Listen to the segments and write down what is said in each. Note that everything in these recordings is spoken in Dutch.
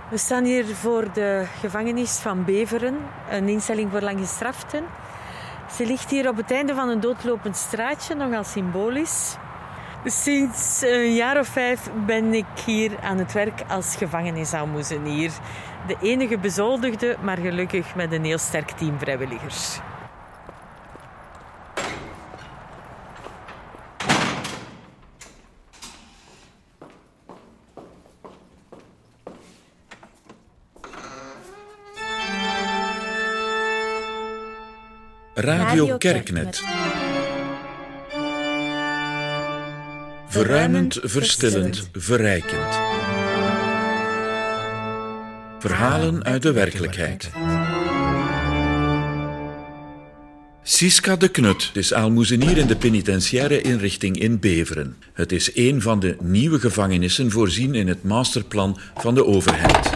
We staan hier voor de gevangenis van Beveren, een instelling voor langgestraften. Ze ligt hier op het einde van een doodlopend straatje, nogal symbolisch. Sinds een jaar of 5 ben ik hier aan het werk als gevangenisaalmoezenier. De enige bezoldigde, maar gelukkig met een heel sterk team vrijwilligers. Radio Kerknet. Verruimend, verstillend, verrijkend. Verhalen uit de werkelijkheid. Siska de Knut is aalmoezenier in de penitentiaire inrichting in Beveren. Het is een van de nieuwe gevangenissen voorzien in het masterplan van de overheid.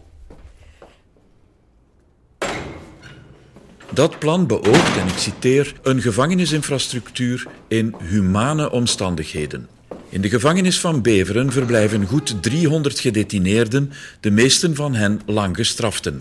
Dat plan beoogt, en ik citeer, een gevangenisinfrastructuur in humane omstandigheden. In de gevangenis van Beveren verblijven goed 300 gedetineerden, de meesten van hen langgestraften.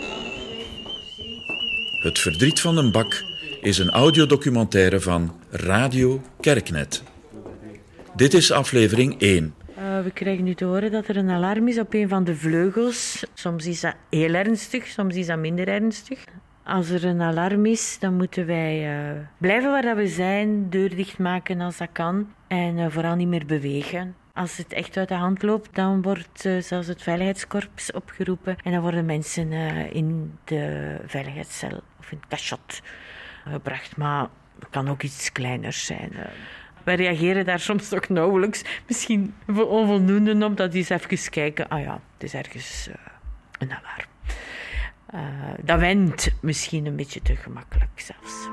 Het verdriet van een bak is een audiodocumentaire van Radio Kerknet. Dit is aflevering 1. We krijgen nu te horen dat er een alarm is op een van de vleugels. Soms is dat heel ernstig, soms is dat minder ernstig. Als er een alarm is, dan moeten wij blijven waar we zijn, deur dichtmaken als dat kan en vooral niet meer bewegen. Als het echt uit de hand loopt, dan wordt zelfs het veiligheidskorps opgeroepen en dan worden mensen in de veiligheidscel of in het cachot gebracht. Maar het kan ook iets kleiner zijn. Wij reageren daar soms ook nauwelijks. Misschien onvoldoende op dat eens even kijken. Ah ja, het is ergens een alarm. Dat went misschien een beetje te gemakkelijk zelfs.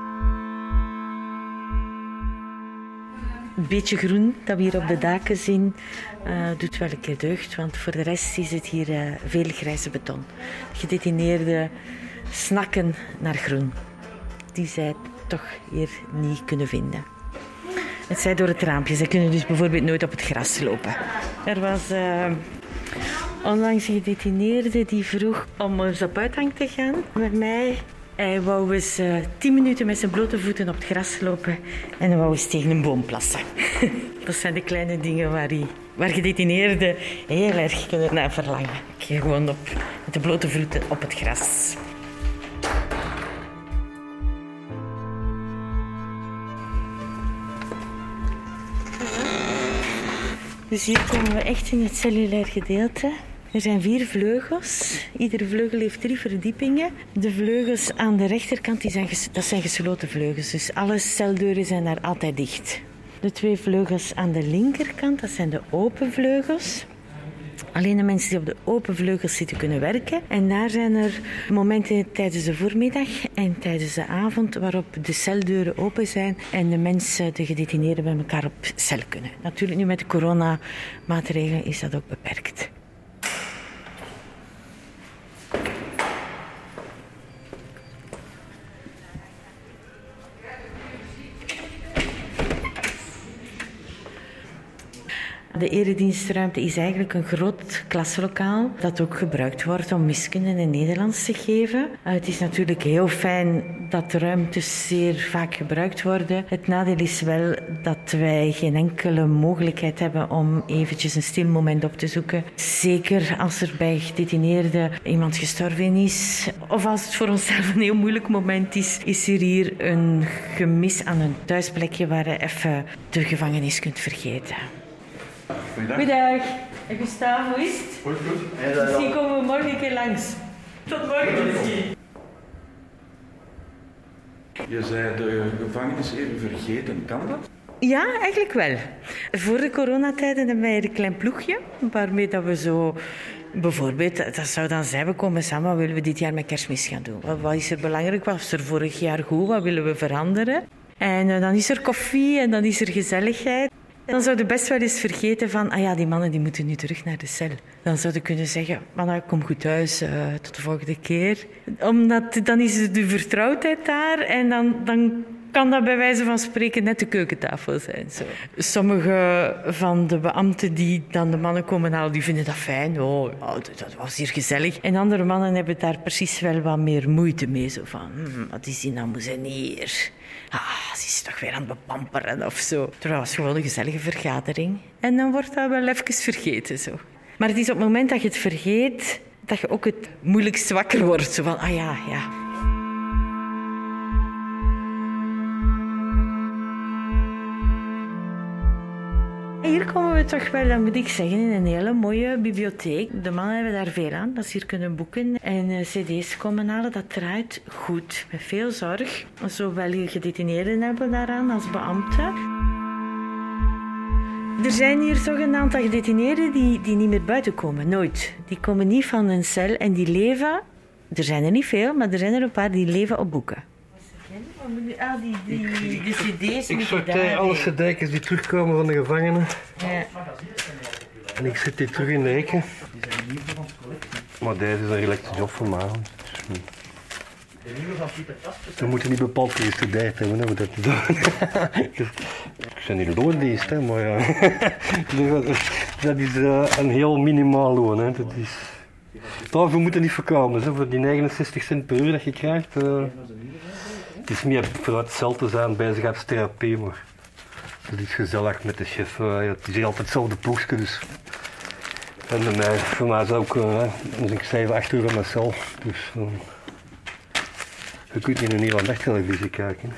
Een beetje groen dat we hier op de daken zien, doet wel een keer deugd, want voor de rest is het hier veel grijze beton. Gedetineerden snakken naar groen, die zij toch hier niet kunnen vinden. Het zij door het raampje, zij kunnen dus bijvoorbeeld nooit op het gras lopen. Er was onlangs een gedetineerde die vroeg om eens op uitgang te gaan met mij. Hij wou eens 10 minuten met zijn blote voeten op het gras lopen en hij wou eens tegen een boom plassen. Dat zijn de kleine dingen waar gedetineerden heel erg kunnen naar verlangen. Gewoon met de blote voeten op het gras. Dus hier komen we echt in het cellulair gedeelte. Er zijn 4 vleugels. Iedere vleugel heeft 3 verdiepingen. De vleugels aan de rechterkant dat zijn gesloten vleugels. Dus alle celdeuren zijn daar altijd dicht. De 2 vleugels aan de linkerkant, dat zijn de open vleugels. Alleen de mensen die op de open vleugels zitten kunnen werken. En daar zijn er momenten tijdens de voormiddag en tijdens de avond waarop de celdeuren open zijn en de mensen, de gedetineerden, bij elkaar op cel kunnen. Natuurlijk nu met de coronamaatregelen is dat ook beperkt. De eredienstruimte is eigenlijk een groot klaslokaal dat ook gebruikt wordt om wiskunde en Nederlands te geven. Het is natuurlijk heel fijn dat de ruimtes zeer vaak gebruikt worden. Het nadeel is wel dat wij geen enkele mogelijkheid hebben om eventjes een stil moment op te zoeken. Zeker als er bij gedetineerden iemand gestorven is of als het voor onszelf een heel moeilijk moment is er hier een gemis aan een thuisplekje waar je even de gevangenis kunt vergeten. Goeiedag. En Gustave, hoe is het? Goed. Misschien komen we morgen een keer langs. Tot morgen misschien. Je zei de gevangenis even vergeten, kan dat? Ja, eigenlijk wel. Voor de coronatijden hebben wij een klein ploegje, waarmee dat we zo... Bijvoorbeeld, dat zou dan zijn, we komen samen, wat willen we dit jaar met Kerstmis gaan doen? Wat is er belangrijk? Wat was er vorig jaar goed? Wat willen we veranderen? En dan is er koffie en dan is er gezelligheid. Dan zou je best wel eens vergeten van, die mannen die moeten nu terug naar de cel. Dan zou je kunnen zeggen, mannen, kom goed thuis, tot de volgende keer. Omdat dan is de vertrouwdheid daar en dan kan dat bij wijze van spreken net de keukentafel zijn. Zo. Sommige van de beambten die dan de mannen komen halen, die vinden dat fijn. Oh, ja, dat was hier gezellig. En andere mannen hebben daar precies wel wat meer moeite mee. Zo van, wat is die nou moezenier? Ze is toch weer aan het bepamperen of zo. Terwijl het was gewoon een gezellige vergadering. En dan wordt dat wel even vergeten. Zo. Maar het is op het moment dat je het vergeet, dat je ook het moeilijkst wakker wordt. Zo van, ja. Hier komen we toch wel, dat moet ik zeggen, in een hele mooie bibliotheek. De mannen hebben daar veel aan, dat ze hier kunnen boeken en cd's komen halen. Dat draait goed, met veel zorg. Zowel gedetineerden hebben daaraan als beambten. Er zijn hier toch een aantal gedetineerden die niet meer buiten komen, nooit. Die komen niet van een cel en die leven, er zijn er niet veel, maar er zijn er een paar die leven op boeken. De cd's. Ik sorteer alle cd's die terugkomen van de gevangenen. Ja. En ik zet die terug in de hekken. Maar deze is een relaxte job voor mij. We moeten niet bepaald gestudeerd hebben om dat te doen. Ik ben niet loondienst, hè, maar ja. Dat is een heel minimaal loon. Hè. Dat is... Daarvoor moeten niet voorkomen. Hè. Voor die 69 cent per uur dat je krijgt. Het is meer vanuit het cel te zijn, bezigheidstherapie, maar het is gezellig met de chef. Het is altijd hetzelfde ploegje, dus. En voor mij is het ook, dus ik 7, 8 uur in mijn cel. Dus je kunt niet een heel aan dagtelevisie kijken.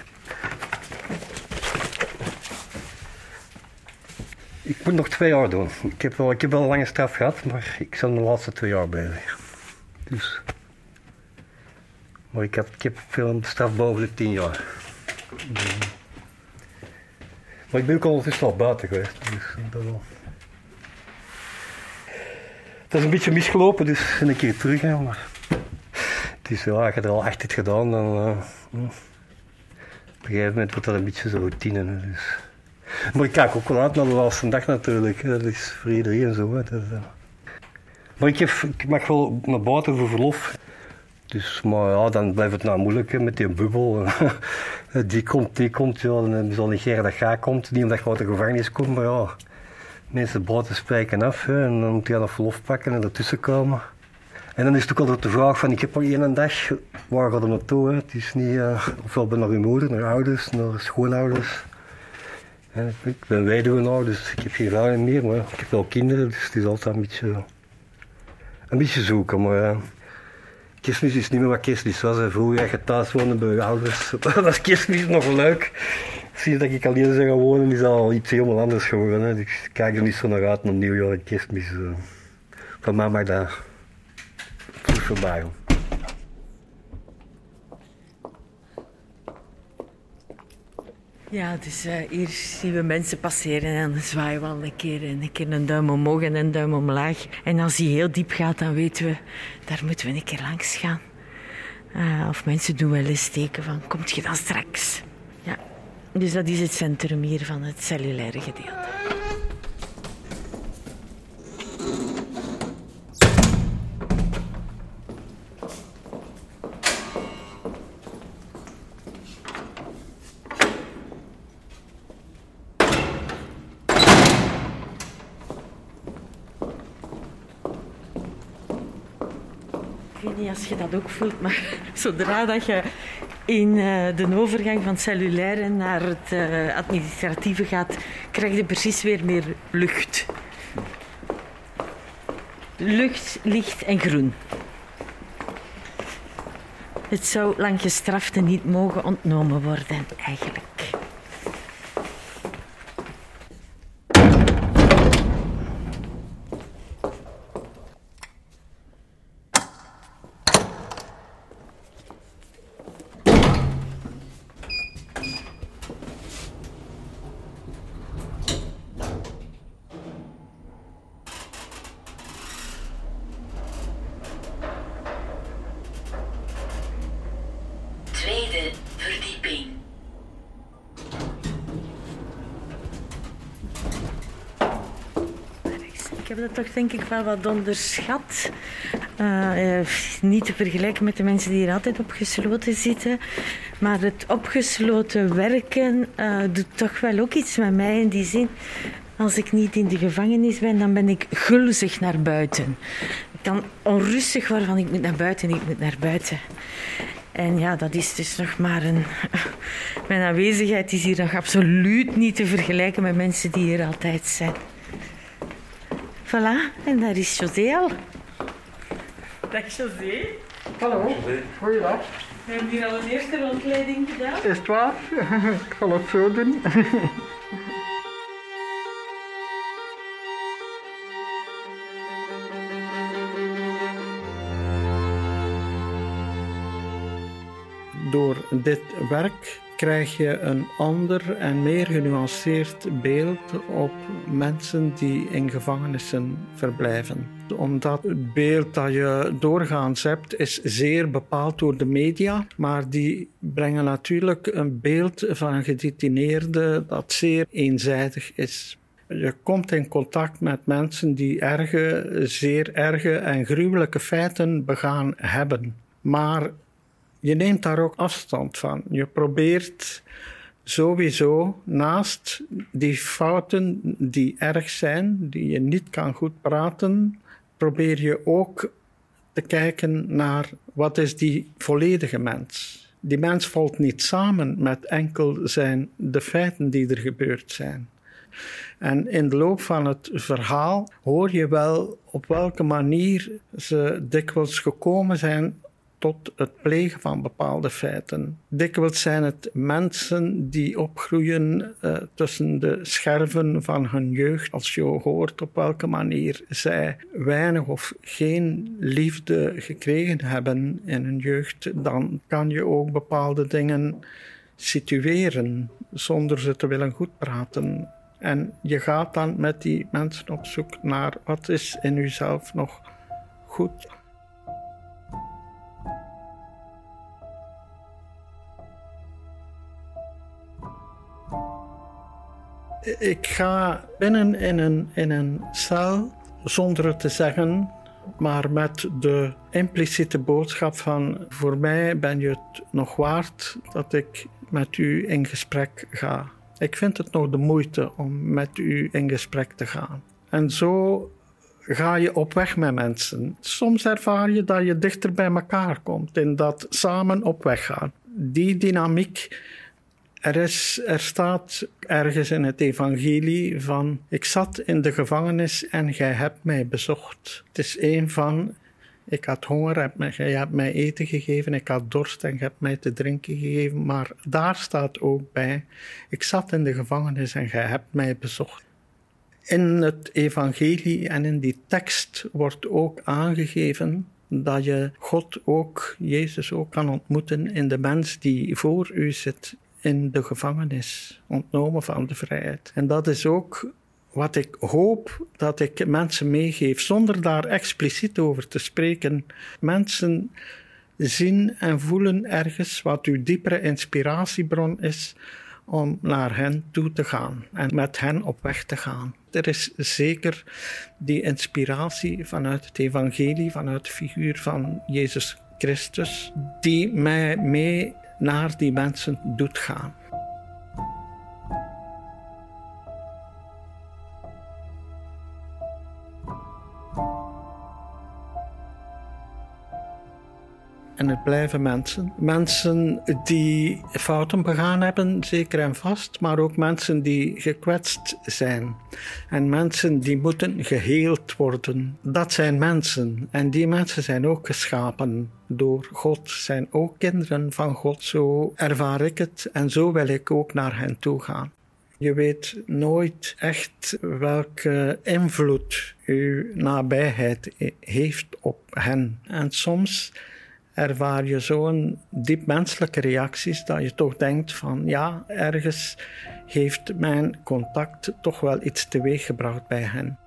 Ik moet nog 2 jaar doen. Ik heb wel een lange straf gehad, maar ik ben de laatste 2 jaar bezig. Dus. Maar ik heb veel straf boven de 10 jaar. Maar ik ben ook ondertussen al buiten geweest. Dus dat wel. Het is een beetje misgelopen, dus ben ik hier terug. Hè, maar het is ja, ik heb er al 8 gedaan. Dan, op een gegeven moment wordt dat een beetje zo'n routine. Hè, dus. Maar ik kijk ook wel uit naar de laatste dag natuurlijk. Hè, dat is voor iedereen zo. Hè, maar ik mag wel naar buiten voor verlof. Dus, maar ja, dan blijft het nou moeilijk hè, met die bubbel. Die komt, ja, dan hebben ze al negeren dat jij komt. Niet omdat je uit de gevangenis komt, maar ja. Mensen buiten spreken af hè, en dan moet je dat verlof pakken en ertussen komen. En dan is het ook altijd de vraag van, ik heb maar 1 dag, waar gaat het naartoe? Hè? Het is niet, ofwel ben naar je moeder, naar ouders, naar schoonouders. Ik ben weduwnaar, dus ik heb geen vrouw meer, maar ik heb wel kinderen, dus het is altijd een beetje zoeken. Maar kerstmis is niet meer wat kerstmis was. Vroeger als je thuis woonde bij je ouders, dat is kerstmis nog leuk. Sinds dat ik alleen ben gaan wonen is al iets helemaal anders geworden. Hè. Ik kijk er niet zo naar uit naar nieuwjaar en kerstmis. Van mij mag dat terug voorbij gaan. Ja, dus hier zien we mensen passeren en dan zwaaien we al een keer een duim omhoog en een duim omlaag. En als die heel diep gaat, dan weten we, daar moeten we een keer langs gaan. Of mensen doen wel eens teken van, komt je dan straks? Ja, dus dat is het centrum hier van het cellulaire gedeelte. Ik weet niet als je dat ook voelt, maar zodra dat je in de overgang van het cellulaire naar het administratieve gaat, krijg je precies weer meer lucht. Lucht, licht en groen. Het zou lang gestraften niet mogen ontnomen worden, eigenlijk. Tweede verdieping. Ik heb dat toch denk ik wel wat onderschat. Niet te vergelijken met de mensen die hier altijd opgesloten zitten. Maar het opgesloten werken doet toch wel ook iets met mij in die zin. Als ik niet in de gevangenis ben, dan ben ik gulzig naar buiten. Ik kan onrustig worden van ik moet naar buiten. En ja, dat is dus nog maar mijn aanwezigheid is hier nog absoluut niet te vergelijken met mensen die hier altijd zijn. Voilà, en daar is José al. Dag José. Hallo, goeiedag. We hebben hier al een eerste rondleiding gedaan. Is het waar? Ik zal het zo doen. Door dit werk krijg je een ander en meer genuanceerd beeld op mensen die in gevangenissen verblijven. Omdat het beeld dat je doorgaans hebt is zeer bepaald door de media, maar die brengen natuurlijk een beeld van een gedetineerde dat zeer eenzijdig is. Je komt in contact met mensen die zeer erge en gruwelijke feiten begaan hebben. Maar je neemt daar ook afstand van. Je probeert sowieso naast die fouten die erg zijn, die je niet kan goed praten, probeer je ook te kijken naar wat is die volledige mens. Die mens valt niet samen met enkel de feiten die er gebeurd zijn. En in de loop van het verhaal hoor je wel op welke manier ze dikwijls gekomen zijn tot het plegen van bepaalde feiten. Dikwijls zijn het mensen die opgroeien tussen de scherven van hun jeugd. Als je hoort op welke manier zij weinig of geen liefde gekregen hebben in hun jeugd, dan kan je ook bepaalde dingen situeren zonder ze te willen goedpraten. En je gaat dan met die mensen op zoek naar wat is in jezelf nog goed. Ik ga binnen in een cel zonder het te zeggen, maar met de impliciete boodschap van voor mij ben je het nog waard dat ik met u in gesprek ga. Ik vind het nog de moeite om met u in gesprek te gaan. En zo ga je op weg met mensen. Soms ervaar je dat je dichter bij elkaar komt in dat samen op weg gaan. Die dynamiek. Er staat ergens in het evangelie van ik zat in de gevangenis en gij hebt mij bezocht. Het is een van ik had honger en gij hebt mij eten gegeven, ik had dorst en gij hebt mij te drinken gegeven. Maar daar staat ook bij ik zat in de gevangenis en gij hebt mij bezocht. In het evangelie en in die tekst wordt ook aangegeven dat je God ook, Jezus ook kan ontmoeten in de mens die voor u zit. In de gevangenis, ontnomen van de vrijheid. En dat is ook wat ik hoop dat ik mensen meegeef, zonder daar expliciet over te spreken. Mensen zien en voelen ergens wat uw diepere inspiratiebron is om naar hen toe te gaan en met hen op weg te gaan. Er is zeker die inspiratie vanuit het evangelie, vanuit de figuur van Jezus Christus, die mij mee naar die mensen doet gaan. En het blijven mensen. Mensen die fouten begaan hebben, zeker en vast, maar ook mensen die gekwetst zijn. En mensen die moeten geheeld worden. Dat zijn mensen. En die mensen zijn ook geschapen door God, zijn ook kinderen van God. Zo ervaar ik het en zo wil ik ook naar hen toe gaan. Je weet nooit echt welke invloed uw nabijheid heeft op hen. En soms ervaar je zo'n diep menselijke reacties dat je toch denkt van ja, ergens heeft mijn contact toch wel iets teweeggebracht bij hen.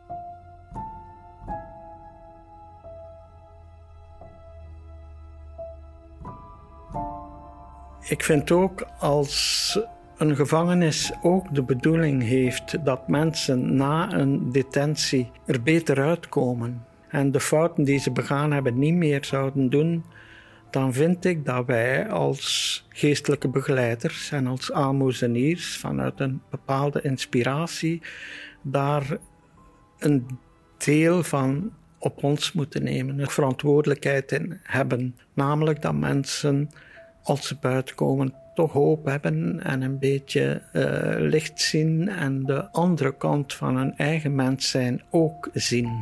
Ik vind ook als een gevangenis ook de bedoeling heeft dat mensen na een detentie er beter uitkomen en de fouten die ze begaan hebben niet meer zouden doen, dan vind ik dat wij als geestelijke begeleiders en als aalmoezeniers vanuit een bepaalde inspiratie daar een deel van op ons moeten nemen, een verantwoordelijkheid in hebben. Namelijk dat mensen, als ze buiten komen, toch hoop hebben en een beetje licht zien en de andere kant van hun eigen mens zijn ook zien.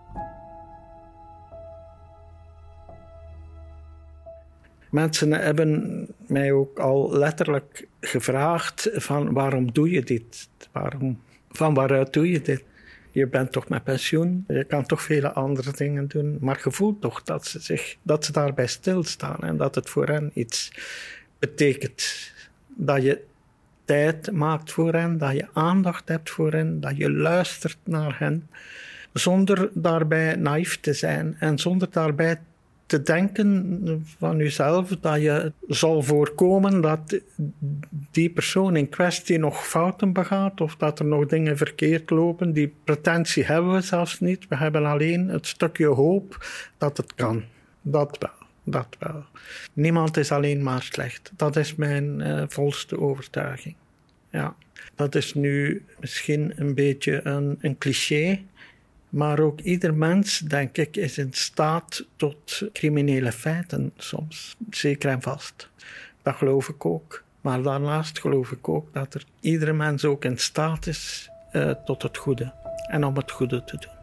Mensen hebben mij ook al letterlijk gevraagd van waarom doe je dit? Van waaruit doe je dit? Je bent toch met pensioen, je kan toch vele andere dingen doen, maar je voelt toch dat ze daarbij stilstaan en dat het voor hen iets betekent. Dat je tijd maakt voor hen, dat je aandacht hebt voor hen, dat je luistert naar hen, zonder daarbij naïef te zijn en zonder daarbij te denken van jezelf dat je zal voorkomen dat die persoon in kwestie nog fouten begaat of dat er nog dingen verkeerd lopen. Die pretentie hebben we zelfs niet. We hebben alleen het stukje hoop dat het kan. Dat wel. Niemand is alleen maar slecht. Dat is mijn volste overtuiging. Ja. Dat is nu misschien een beetje een cliché. Maar ook ieder mens, denk ik, is in staat tot criminele feiten soms. Zeker en vast. Dat geloof ik ook. Maar daarnaast geloof ik ook dat er iedere mens ook in staat is tot het goede. En om het goede te doen.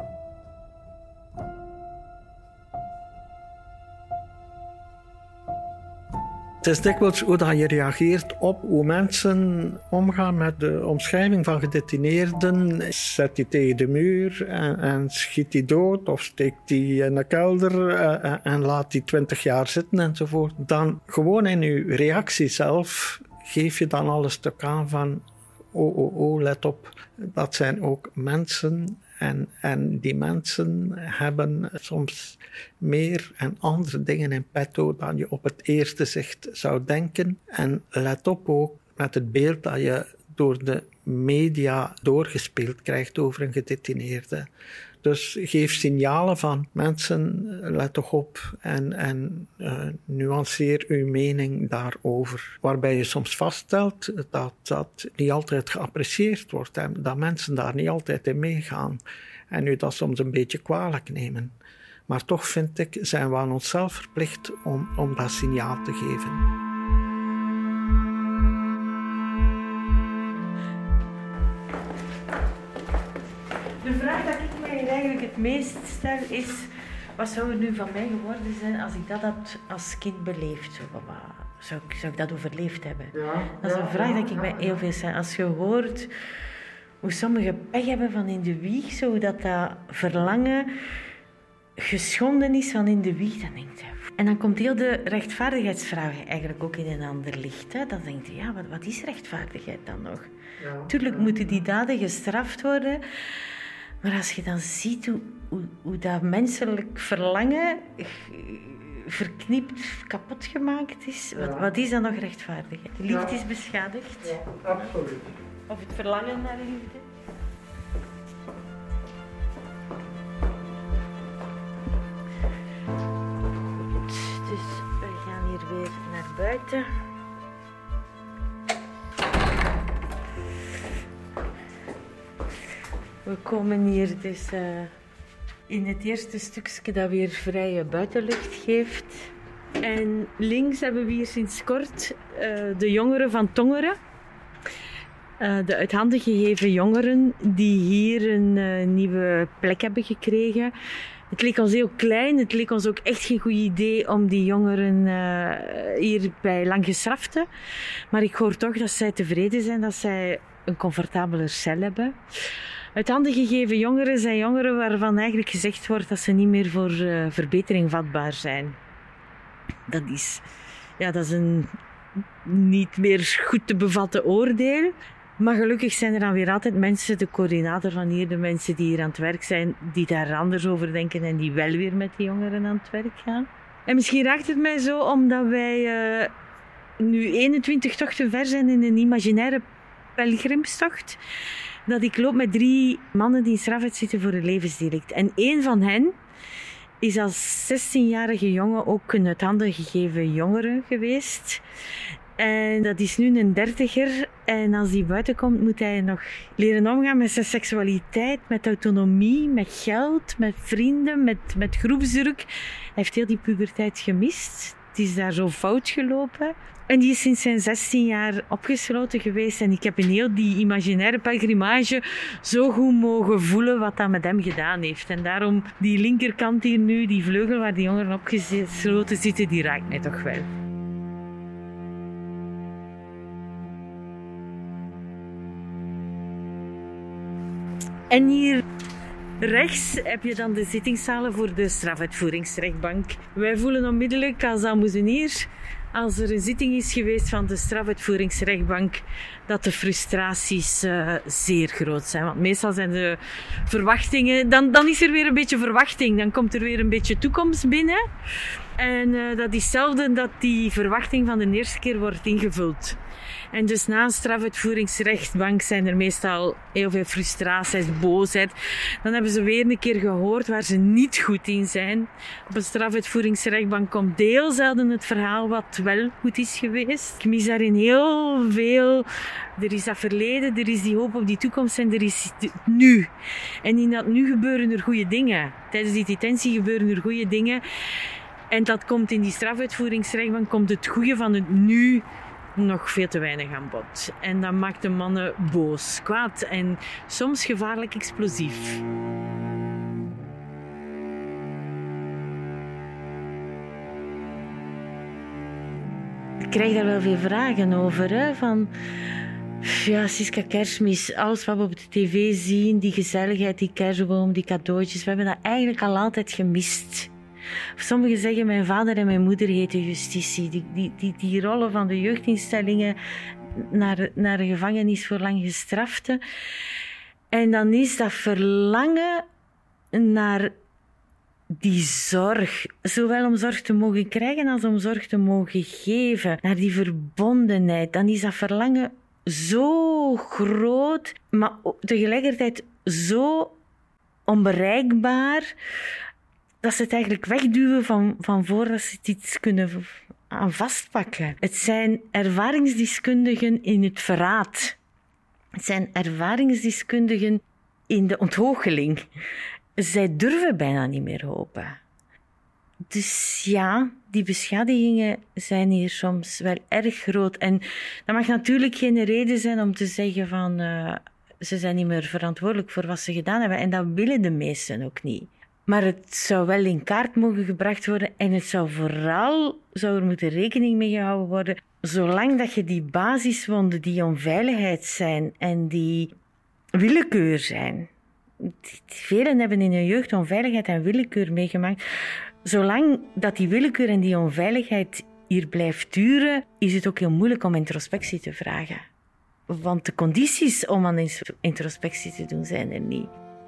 Het is dikwijls hoe dat je reageert op hoe mensen omgaan met de omschrijving van gedetineerden. Zet die tegen de muur en schiet die dood of steekt die in de kelder en laat die 20 jaar zitten enzovoort. Dan gewoon in je reactie zelf geef je dan al een stuk aan van let op. Dat zijn ook mensen en die mensen hebben soms meer en andere dingen in petto dan je op het eerste zicht zou denken. En let op ook met het beeld dat je door de media doorgespeeld krijgt over een gedetineerde. Dus geef signalen van mensen, let toch op en nuanceer uw mening daarover. Waarbij je soms vaststelt dat dat niet altijd geapprecieerd wordt en dat mensen daar niet altijd in meegaan. En u dat soms een beetje kwalijk nemen. Maar toch vind ik, zijn we aan onszelf verplicht om dat signaal te geven. De vraag dat ik mij eigenlijk het meest stel is, wat zou er nu van mij geworden zijn als ik dat had als kind beleefd? Zou ik dat overleefd hebben? Ja, dat is een vraag dat ik mij heel veel stel. Als je hoort hoe sommigen pech hebben van in de wieg, zodat dat verlangen geschonden is van in de wieg, dan denkt je. En dan komt heel de rechtvaardigheidsvraag eigenlijk ook in een ander licht. Hè? Dan denk je, ja, wat is rechtvaardigheid dan nog? Ja. Tuurlijk moeten die daden gestraft worden. Maar als je dan ziet hoe dat menselijk verlangen verknipt, kapot gemaakt is, wat is dan nog rechtvaardigheid? De liefde is beschadigd. Ja, absoluut. Of het verlangen naar liefde. Goed, dus we gaan hier weer naar buiten. We komen hier dus in het eerste stukje dat weer vrije buitenlucht geeft. En links hebben we hier sinds kort de jongeren van Tongeren. De uit handen gegeven jongeren die hier een nieuwe plek hebben gekregen. Het leek ons heel klein, het leek ons ook echt geen goed idee om die jongeren hier bij Langgestrafte. Maar ik hoor toch dat zij tevreden zijn, dat zij een comfortabeler cel hebben. Uit handen gegeven jongeren zijn jongeren waarvan eigenlijk gezegd wordt dat ze niet meer voor verbetering vatbaar zijn. Dat is een niet meer goed te bevatten oordeel. Maar gelukkig zijn er dan weer altijd mensen, de coördinator van hier, de mensen die hier aan het werk zijn, die daar anders over denken en die wel weer met die jongeren aan het werk gaan. En misschien raakt het mij zo omdat wij nu 21 tochten ver zijn in een imaginaire pelgrimstocht, dat ik loop met 3 mannen die in strafrecht zitten voor een levensdelict. En 1 van hen is als 16-jarige jongen ook een uit handen gegeven jongere geweest. En dat is nu een 30er. En als hij buiten komt, moet hij nog leren omgaan met zijn seksualiteit, met autonomie, met geld, met vrienden, met groepsdruk. Hij heeft heel die puberteit gemist. Het is daar zo fout gelopen. En die is sinds zijn 16 jaar opgesloten geweest. En ik heb in heel die imaginaire pelgrimage zo goed mogen voelen wat dat met hem gedaan heeft. En daarom die linkerkant hier nu, die vleugel waar die jongeren opgesloten zitten, die raakt mij toch wel. En hier rechts heb je dan de zittingszalen voor de strafuitvoeringsrechtbank. Wij voelen onmiddellijk als aalmoezenier, als er een zitting is geweest van de strafuitvoeringsrechtbank, dat de frustraties zeer groot zijn. Want meestal zijn de verwachtingen... Dan is er weer een beetje verwachting. Dan komt er weer een beetje toekomst binnen. En dat is zelden dat die verwachting van de eerste keer wordt ingevuld. En dus na een strafuitvoeringsrechtbank zijn er meestal heel veel frustraties, boosheid. Dan hebben ze weer een keer gehoord waar ze niet goed in zijn. Op een strafuitvoeringsrechtbank komt heel zelden het verhaal wat wel goed is geweest. Ik mis daarin heel veel. Er is dat verleden, er is die hoop op die toekomst en er is nu. En in dat nu gebeuren er goede dingen. Tijdens die detentie gebeuren er goede dingen. En dat komt in die strafuitvoeringsrechtbank, komt het goede van het nu nog veel te weinig aan bod. En dat maakt de mannen boos, kwaad en soms gevaarlijk explosief. Ik krijg daar wel veel vragen over, hè? Van... Ja, Siska, Kerstmis, alles wat we op de tv zien, die gezelligheid, die kerstboom, die cadeautjes, we hebben dat eigenlijk al altijd gemist. Sommigen zeggen, mijn vader en mijn moeder heten justitie. Die rollen van de jeugdinstellingen naar de gevangenis voor lang gestraften. En dan is dat verlangen naar die zorg, zowel om zorg te mogen krijgen als om zorg te mogen geven, naar die verbondenheid, dan is dat verlangen zo groot, maar tegelijkertijd zo onbereikbaar, dat ze het eigenlijk wegduwen van voordat ze het iets kunnen aan vastpakken. Het zijn ervaringsdeskundigen in het verraad. Het zijn ervaringsdeskundigen in de onthoogeling. Zij durven bijna niet meer hopen. Dus ja, die beschadigingen zijn hier soms wel erg groot. En dat mag natuurlijk geen reden zijn om te zeggen van... ze zijn niet meer verantwoordelijk voor wat ze gedaan hebben. En dat willen de meesten ook niet. Maar het zou wel in kaart mogen gebracht worden. En het zou er moeten rekening mee gehouden worden. Zolang dat je die basiswonden, die onveiligheid zijn en die willekeur zijn... Velen hebben in hun jeugd onveiligheid en willekeur meegemaakt. Zolang dat die willekeur en die onveiligheid hier blijft duren, is het ook heel moeilijk om introspectie te vragen. Want de condities om aan introspectie te doen zijn er niet.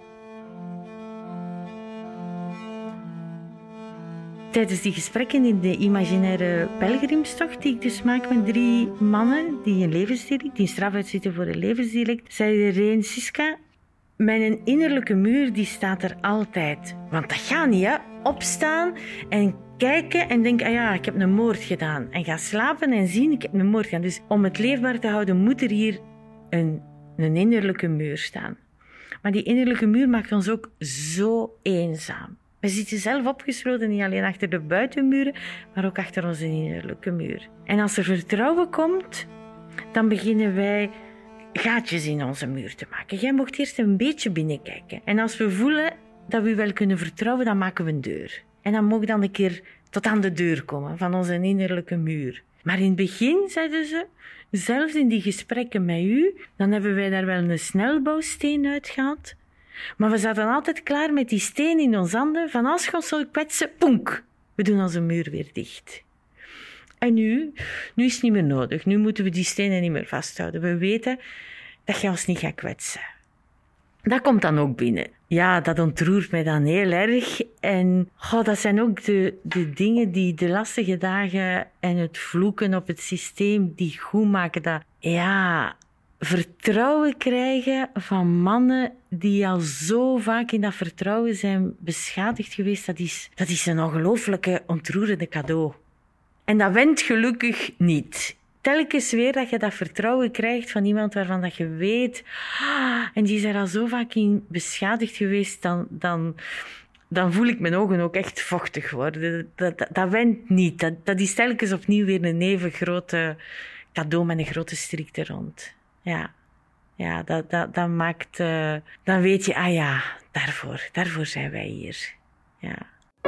Tijdens die gesprekken in de imaginaire pelgrimstocht die ik dus maak met 3 mannen die een levensdelict, die een straf uitzitten voor een levensdelict, zei er een, Siska, mijn innerlijke muur die staat er altijd. Want dat gaat niet, hè. Opstaan en kijken en denken, ah ja, ik heb een moord gedaan. En gaan slapen en zien, ik heb een moord gedaan. Dus om het leefbaar te houden moet er hier een innerlijke muur staan. Maar die innerlijke muur maakt ons ook zo eenzaam. We zitten zelf opgesloten, niet alleen achter de buitenmuren, maar ook achter onze innerlijke muur. En als er vertrouwen komt, dan beginnen wij gaatjes in onze muur te maken. Jij mocht eerst een beetje binnenkijken. En als we voelen dat we wel kunnen vertrouwen, dan maken we een deur. En dan mogen we dan een keer tot aan de deur komen van onze innerlijke muur. Maar in het begin, zeiden ze, zelfs in die gesprekken met u, dan hebben wij daar wel een snelbouwsteen uitgehaald. Maar we zaten altijd klaar met die steen in ons handen, van als je ons zou kwetsen, poenk, we doen onze muur weer dicht. En nu is het niet meer nodig. Nu moeten we die stenen niet meer vasthouden. We weten dat je ons niet gaat kwetsen. Dat komt dan ook binnen. Ja, dat ontroert mij dan heel erg. En dat zijn ook de dingen die de lastige dagen en het vloeken op het systeem die goed maken. Dat, vertrouwen krijgen van mannen die al zo vaak in dat vertrouwen zijn beschadigd geweest. Dat is een ongelooflijke ontroerende cadeau. En dat went gelukkig niet. Telkens weer dat je dat vertrouwen krijgt van iemand waarvan dat je weet... en die is er al zo vaak in beschadigd geweest... dan voel ik mijn ogen ook echt vochtig worden. Dat went niet. Dat is telkens opnieuw weer een even grote cadeau met een grote strik er rond. Ja, dat maakt... dan weet je, daarvoor zijn wij hier. Ja.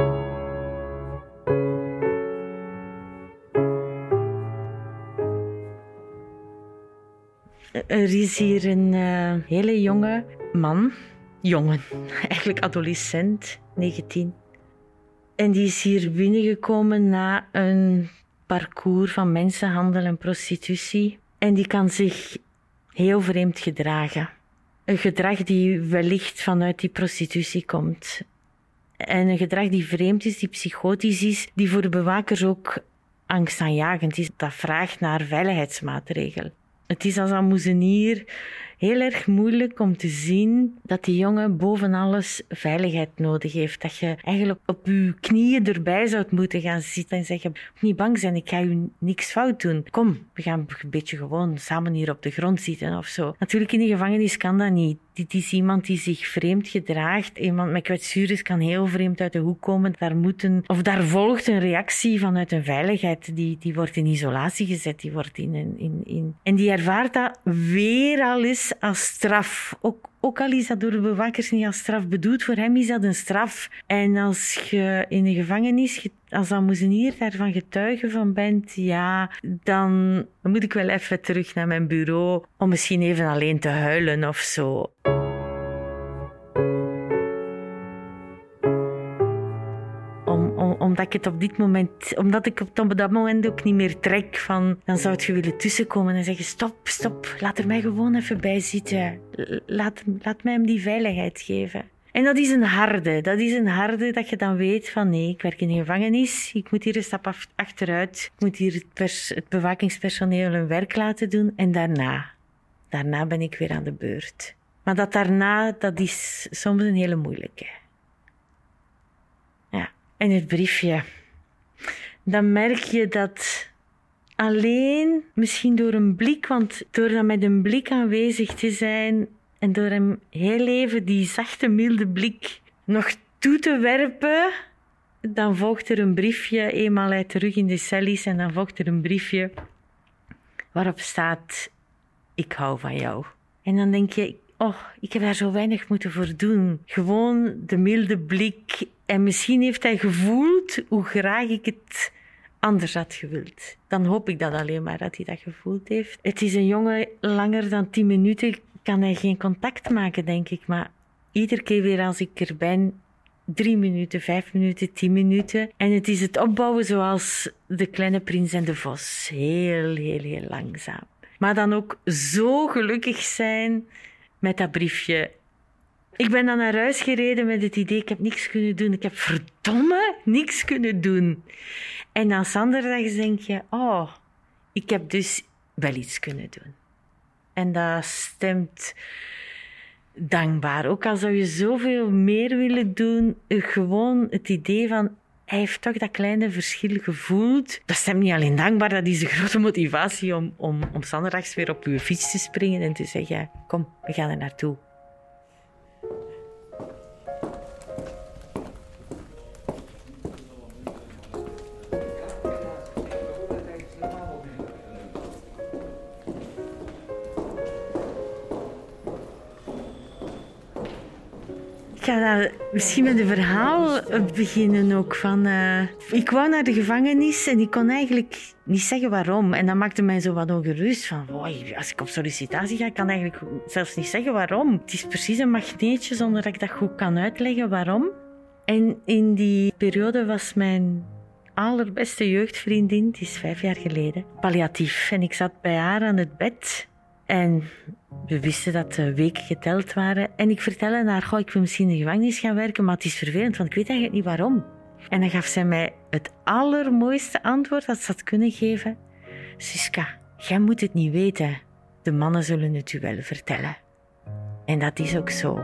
Er is hier een hele jonge man. Jongen, eigenlijk adolescent, 19. En die is hier binnengekomen na een parcours van mensenhandel en prostitutie. En die kan zich heel vreemd gedragen. Een gedrag die wellicht vanuit die prostitutie komt. En een gedrag die vreemd is, die psychotisch is, die voor de bewakers ook angstaanjagend is. Dat vraagt naar veiligheidsmaatregelen. Het is als avoisinier heel erg moeilijk om te zien dat die jongen boven alles veiligheid nodig heeft. Dat je eigenlijk op je knieën erbij zou moeten gaan zitten en zeggen: niet bang zijn, ik ga u niks fout doen. Kom, we gaan een beetje gewoon samen hier op de grond zitten of zo. Natuurlijk, in de gevangenis kan dat niet. Dit is iemand die zich vreemd gedraagt. Iemand met kwetsuur kan heel vreemd uit de hoek komen. Daar volgt een reactie vanuit een veiligheid. Die wordt in isolatie gezet. Die wordt en die ervaart dat weer al eens als straf. Ook al is dat door de bewakers niet als straf bedoeld, voor hem is dat een straf. En als je in de gevangenis, als avoisinier daarvan getuige van bent, dan moet ik wel even terug naar mijn bureau om misschien even alleen te huilen of zo. Omdat ik het op dat moment ook niet meer trek van, dan zou je willen tussenkomen en zeggen: stop, laat er mij gewoon even bij zitten. Laat mij hem die veiligheid geven. En dat is een harde dat je dan weet van nee, ik werk in een gevangenis, ik moet hier een stap achteruit, ik moet hier het bewakingspersoneel hun werk laten doen en daarna ben ik weer aan de beurt. Maar dat is soms een hele moeilijke. Ja. En het briefje, dan merk je dat alleen, misschien door een blik, want door dan met een blik aanwezig te zijn en door hem heel even die zachte, milde blik nog toe te werpen, dan volgt er een briefje, eenmaal hij terug in de cel is, en dan volgt er een briefje waarop staat: ik hou van jou. En dan denk je: ik heb daar zo weinig moeten voor doen. Gewoon de milde blik. En misschien heeft hij gevoeld hoe graag ik het anders had gewild. Dan hoop ik dat alleen maar, dat hij dat gevoeld heeft. Het is een jongen, langer dan 10 minuten kan hij geen contact maken, denk ik. Maar iedere keer weer als ik er ben, 3 minuten, 5 minuten, 10 minuten. En het is het opbouwen zoals De Kleine Prins en de Vos. Heel, heel, heel langzaam. Maar dan ook zo gelukkig zijn met dat briefje. Ik ben dan naar huis gereden met het idee: ik heb niks kunnen doen. Ik heb verdomme niks kunnen doen. En dan 's andere dag denk je: ik heb dus wel iets kunnen doen. En dat stemt dankbaar. Ook al zou je zoveel meer willen doen, gewoon het idee van: hij heeft toch dat kleine verschil gevoeld. Dat stemt niet alleen dankbaar, dat is een grote motivatie om zondags weer op uw fiets te springen en te zeggen: kom, we gaan er naartoe. Ik ga misschien met een verhaal beginnen ook. Ik wou naar de gevangenis en ik kon eigenlijk niet zeggen waarom. En dat maakte mij zo wat ongerust. Van, als ik op sollicitatie ga, kan ik eigenlijk zelfs niet zeggen waarom. Het is precies een magneetje zonder dat ik dat goed kan uitleggen waarom. En in die periode was mijn allerbeste jeugdvriendin, het is 5 jaar geleden, palliatief. En ik zat bij haar aan het bed. En we wisten dat de weken geteld waren. En ik vertelde haar, ik wil misschien in de gevangenis gaan werken, maar het is vervelend, want ik weet eigenlijk niet waarom. En dan gaf zij mij het allermooiste antwoord dat ze had kunnen geven. Suska, jij moet het niet weten. De mannen zullen het u wel vertellen. En dat is ook zo.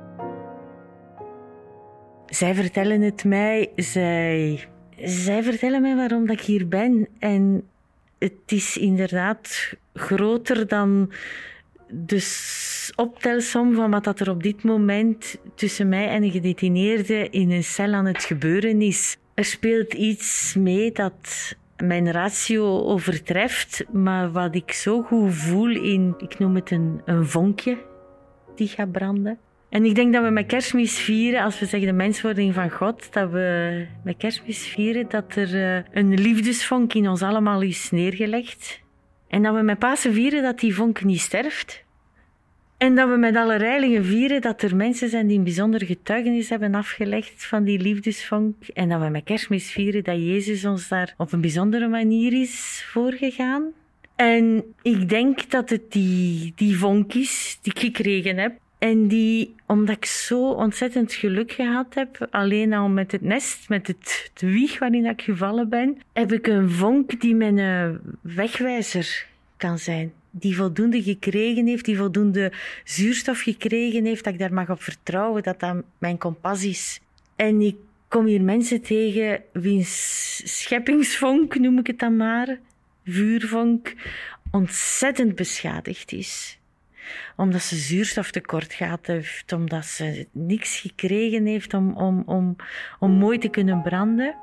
Zij vertellen het mij. Zij vertellen mij waarom dat ik hier ben. En het is inderdaad groter dan de optelsom van wat er op dit moment tussen mij en een gedetineerde in een cel aan het gebeuren is. Er speelt iets mee dat mijn ratio overtreft, maar wat ik zo goed voel in, ik noem het een vonkje die gaat branden. En ik denk dat we met Kerstmis vieren, als we zeggen de menswording van God, dat we met Kerstmis vieren dat er een liefdesvonk in ons allemaal is neergelegd. En dat we met Pasen vieren dat die vonk niet sterft. En dat we met Allerheiligen vieren dat er mensen zijn die een bijzonder getuigenis hebben afgelegd van die liefdesvonk. En dat we met Kerstmis vieren dat Jezus ons daar op een bijzondere manier is voorgegaan. En ik denk dat het die vonk is die ik gekregen heb. En die, omdat ik zo ontzettend geluk gehad heb, alleen al met het nest, met het wieg waarin ik gevallen ben, heb ik een vonk die mijn wegwijzer kan zijn. Die voldoende gekregen heeft, die voldoende zuurstof gekregen heeft, dat ik daar mag op vertrouwen, dat dat mijn kompas is. En ik kom hier mensen tegen wiens scheppingsvonk, noem ik het dan maar, vuurvonk, ontzettend beschadigd is. Omdat ze zuurstoftekort gehad heeft, omdat ze niks gekregen heeft om mooi te kunnen branden.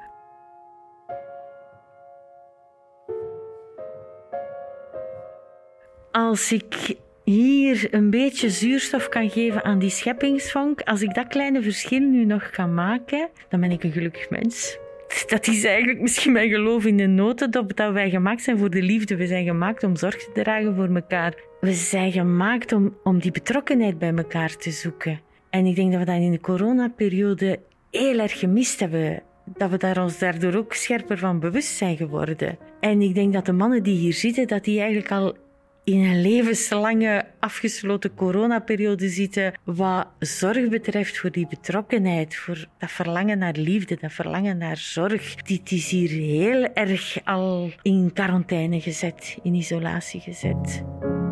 Als ik hier een beetje zuurstof kan geven aan die scheppingsvonk, als ik dat kleine verschil nu nog kan maken, dan ben ik een gelukkig mens. Dat is eigenlijk misschien mijn geloof in de notendop, dat wij gemaakt zijn voor de liefde. We zijn gemaakt om zorg te dragen voor elkaar. We zijn gemaakt om die betrokkenheid bij elkaar te zoeken. En ik denk dat we dat in de coronaperiode heel erg gemist hebben. Dat we daar ons daardoor ook scherper van bewust zijn geworden. En ik denk dat de mannen die hier zitten, dat die eigenlijk al in een levenslange afgesloten coronaperiode zitten, wat zorg betreft voor die betrokkenheid, voor dat verlangen naar liefde, dat verlangen naar zorg. Dit is hier heel erg al in quarantaine gezet, in isolatie gezet.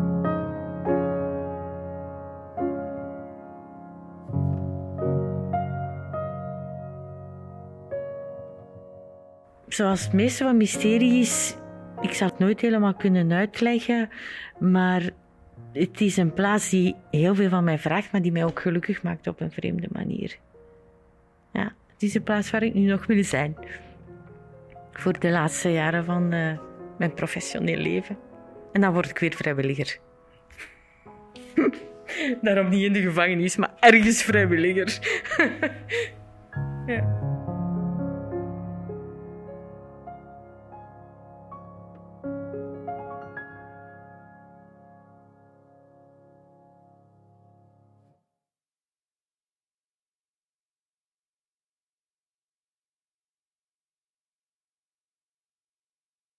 Zoals het meeste van mysterie is, ik zal het nooit helemaal kunnen uitleggen, maar het is een plaats die heel veel van mij vraagt, maar die mij ook gelukkig maakt op een vreemde manier. Ja, het is een plaats waar ik nu nog wil zijn. Voor de laatste jaren van mijn professioneel leven. En dan word ik weer vrijwilliger. Daarom niet in de gevangenis, maar ergens vrijwilliger. Ja.